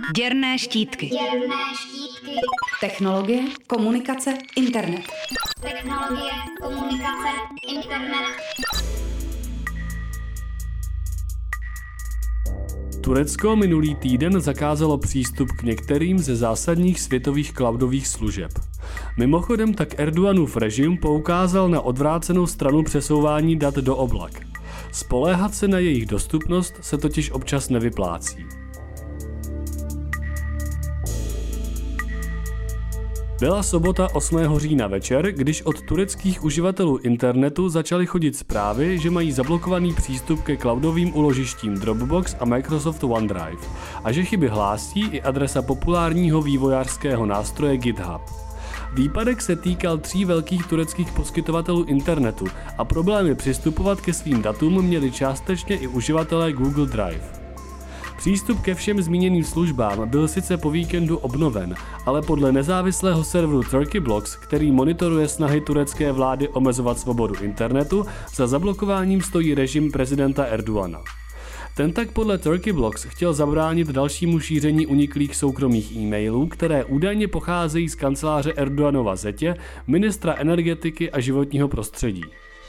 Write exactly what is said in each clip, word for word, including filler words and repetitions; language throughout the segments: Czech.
Děrné štítky. Děrné štítky. Technologie, komunikace, internet. Technologie, komunikace, internet. Turecko minulý týden zakázalo přístup k některým ze zásadních světových cloudových služeb. Mimochodem tak Erdoganův režim poukázal na odvrácenou stranu přesouvání dat do oblak. Spoléhat se na jejich dostupnost se totiž občas nevyplácí. Byla sobota osmého října večer, když od tureckých uživatelů internetu začaly chodit zprávy, že mají zablokovaný přístup ke cloudovým úložištím Dropbox a Microsoft OneDrive a že chyby hlásí i adresa populárního vývojářského nástroje GitHub. Výpadek se týkal tří velkých tureckých poskytovatelů internetu a problémy přistupovat ke svým datům měli částečně i uživatelé Google Drive. Přístup ke všem zmíněným službám byl sice po víkendu obnoven, ale podle nezávislého serveru Turkey Blocks, který monitoruje snahy turecké vlády omezovat svobodu internetu, za zablokováním stojí režim prezidenta Erdogana. Ten tak podle Turkey Blocks chtěl zabránit dalšímu šíření uniklých soukromých e-mailů, které údajně pocházejí z kanceláře Erdoganova zetě, ministra energetiky a životního prostředí.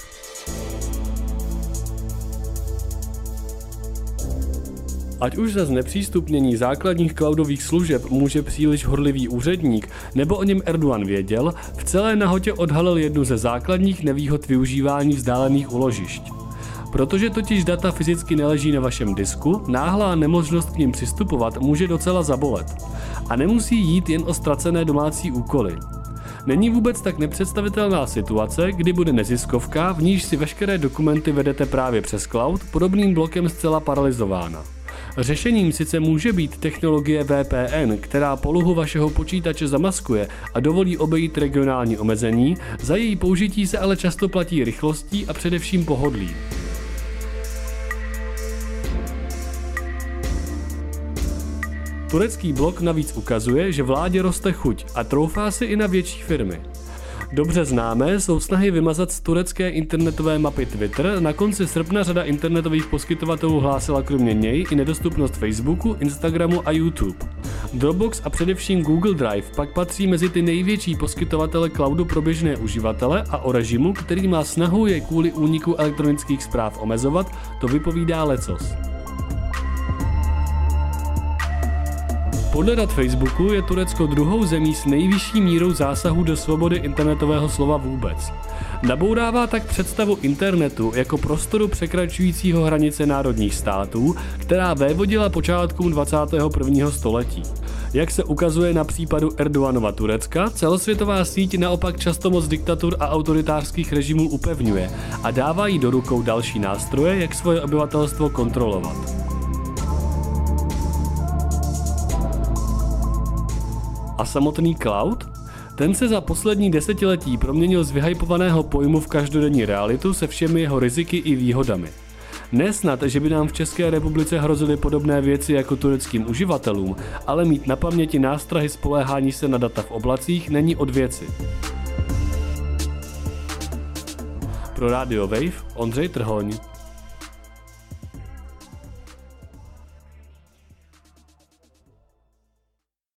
Ať už za znepřístupnění základních cloudových služeb může příliš horlivý úředník, nebo o něm Erdogan věděl, v celé nahotě odhalil jednu ze základních nevýhod využívání vzdálených úložišť. Protože totiž data fyzicky neleží na vašem disku, náhlá nemožnost k nim přistupovat může docela zabolet. A nemusí jít jen o ztracené domácí úkoly. Není vůbec tak nepředstavitelná situace, kdy bude neziskovka, v níž si veškeré dokumenty vedete právě přes cloud, podobným blokem zcela paralyzována. Řešením sice může být technologie V P N, která polohu vašeho počítače zamaskuje a dovolí obejít regionální omezení, za její použití se ale často platí rychlostí a především pohodlí. Turecký blok navíc ukazuje, že vládě roste chuť a troufá si i na větší firmy. Dobře známé jsou snahy vymazat z turecké internetové mapy Twitter, na konci srpna řada internetových poskytovatelů hlásila kromě něj i nedostupnost Facebooku, Instagramu a YouTube. Dropbox a především Google Drive pak patří mezi ty největší poskytovatele cloudu pro běžné uživatele a o režimu, který má snahu je kvůli úniku elektronických zpráv omezovat, to vypovídá lecos. Podle dat Facebooku je Turecko druhou zemí s nejvyšší mírou zásahu do svobody internetového slova vůbec. Nabourává tak představu internetu jako prostoru překračujícího hranice národních států, která vévodila počátkům dvacátého prvního století. Jak se ukazuje na případu Erdoganova Turecka, celosvětová síť naopak často moc diktatur a autoritářských režimů upevňuje a dává jí do rukou další nástroje, jak svoje obyvatelstvo kontrolovat. A samotný cloud? Ten se za poslední desetiletí proměnil z vyhypovaného pojmu v každodenní realitu se všemi jeho riziky i výhodami. Nesnad, že by nám v České republice hrozily podobné věci jako tureckým uživatelům, ale mít na paměti nástrahy spoléhání se na data v oblacích není od věci. Pro Radio Wave Ondřej Trhoň.